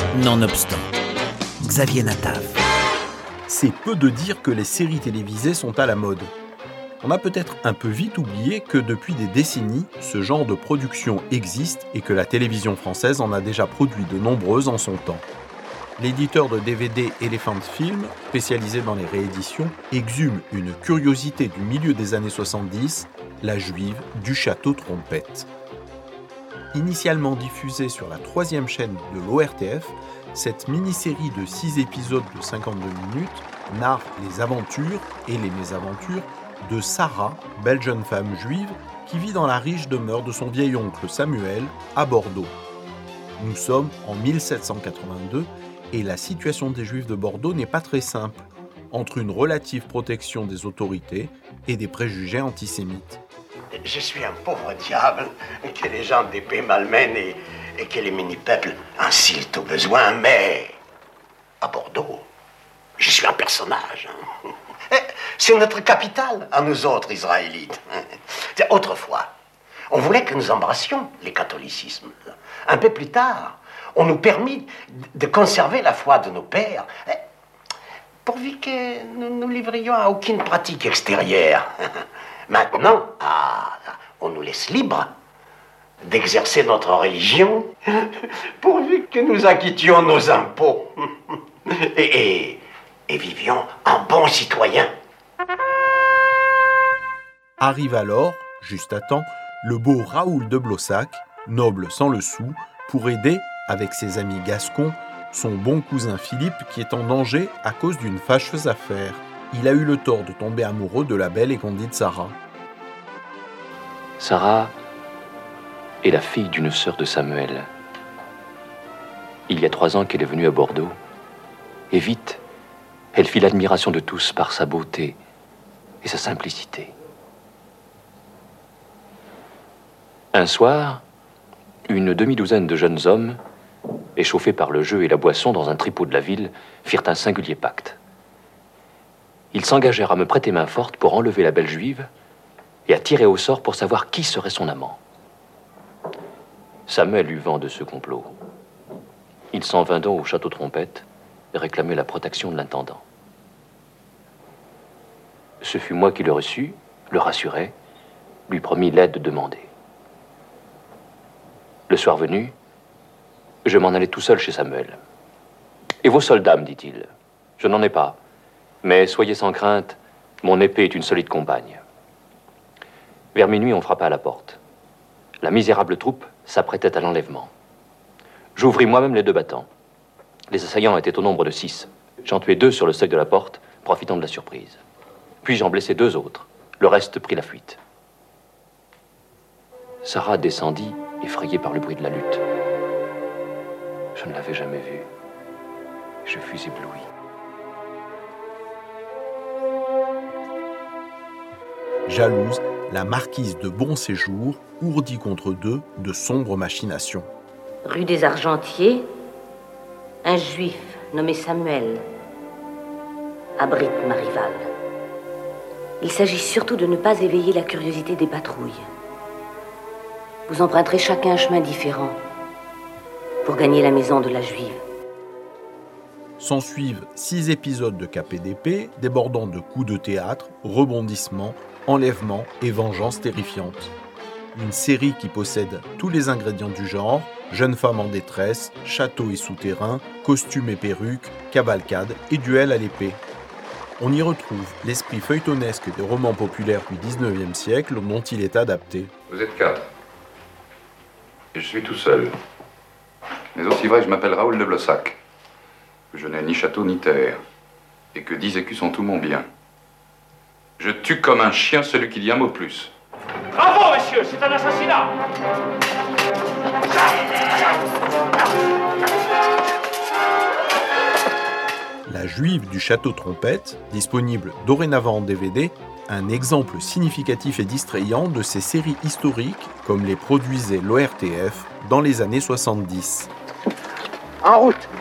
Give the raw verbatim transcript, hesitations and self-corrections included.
Nonobstant, Xavier Natav. C'est peu de dire que les séries télévisées sont à la mode. On a peut-être un peu vite oublié que depuis des décennies, ce genre de production existe et que la télévision française en a déjà produit de nombreuses en son temps. L'éditeur de D V D Elephant Film, spécialisé dans les rééditions, exhume une curiosité du milieu des années soixante-dix, La Juive du Château Trompette. Initialement diffusée sur la troisième chaîne de l'O R T F, cette mini-série de six épisodes de cinquante-deux minutes narre les aventures et les mésaventures de Sarah, belle jeune femme juive qui vit dans la riche demeure de son vieil oncle Samuel à Bordeaux. Nous sommes en mille sept cent quatre-vingt-deux et la situation des Juifs de Bordeaux n'est pas très simple, entre une relative protection des autorités et des préjugés antisémites. Je suis un pauvre diable que les gens d'épée malmènent et, et que les mini-peuples insultent au besoin, mais à Bordeaux, je suis un personnage. C'est notre capitale, à nous autres Israélites. Autrefois, on voulait que nous embrassions les catholicismes. Un peu plus tard, on nous permit de conserver la foi de nos pères, pourvu que nous nous livrions à aucune pratique extérieure. Maintenant, ah, on nous laisse libres d'exercer notre religion, pourvu que nous acquittions nos impôts et, et, et vivions en bons citoyens. Arrive alors, juste à temps, le beau Raoul de Blossac, noble sans le sou, pour aider, avec ses amis gascons, son bon cousin Philippe qui est en danger à cause d'une fâcheuse affaire. Il a eu le tort de tomber amoureux de la belle et candide Sarah. Sarah est la fille d'une sœur de Samuel. Il y a trois ans qu'elle est venue à Bordeaux. Et vite, elle fit l'admiration de tous par sa beauté et sa simplicité. Un soir, une demi-douzaine de jeunes hommes, échauffés par le jeu et la boisson dans un tripot de la ville, firent un singulier pacte. Ils s'engagèrent à me prêter main forte pour enlever la belle juive et à tirer au sort pour savoir qui serait son amant. Samuel eut vent de ce complot. Il s'en vint donc au château Trompette et réclamait la protection de l'intendant. Ce fut moi qui le reçus, le rassurai, lui promis l'aide demandée. Le soir venu, je m'en allai tout seul chez Samuel. « Et vos soldats, me dit-il. Je n'en ai pas. Mais soyez sans crainte, mon épée est une solide compagne. » Vers minuit, on frappa à la porte. La misérable troupe s'apprêtait à l'enlèvement. J'ouvris moi-même les deux battants. Les assaillants étaient au nombre de six. J'en tuai deux sur le seuil de la porte, profitant de la surprise. Puis j'en blessai deux autres. Le reste prit la fuite. Sarah descendit, effrayée par le bruit de la lutte. Je ne l'avais jamais vue. Je fus ébloui. Jalouse, la marquise de Bonséjour ourdit contre deux de sombres machinations. Rue des Argentiers, un juif nommé Samuel abrite ma rivale. Il s'agit surtout de ne pas éveiller la curiosité des patrouilles. Vous emprunterez chacun un chemin différent pour gagner la maison de la Juive. S'ensuivent six épisodes de K P D P, débordant de coups de théâtre, rebondissements, enlèvements et vengeances terrifiantes. Une série qui possède tous les ingrédients du genre, jeune femme en détresse, château et souterrain, costumes et perruques, cavalcade et duel à l'épée. On y retrouve l'esprit feuilletonesque des romans populaires du dix-neuvième siècle dont il est adapté. Vous êtes quatre. Et je suis tout seul. Mais aussi vrai que je m'appelle Raoul de Blossac, que je n'ai ni château ni terre, et que dix écus sont tout mon bien. Je tue comme un chien celui qui dit un mot plus. Bravo, messieurs, c'est un assassinat! La Juive du Château Trompette, disponible dorénavant en D V D, un exemple significatif et distrayant de ces séries historiques comme les produisait l'O R T F dans les années soixante-dix. En route!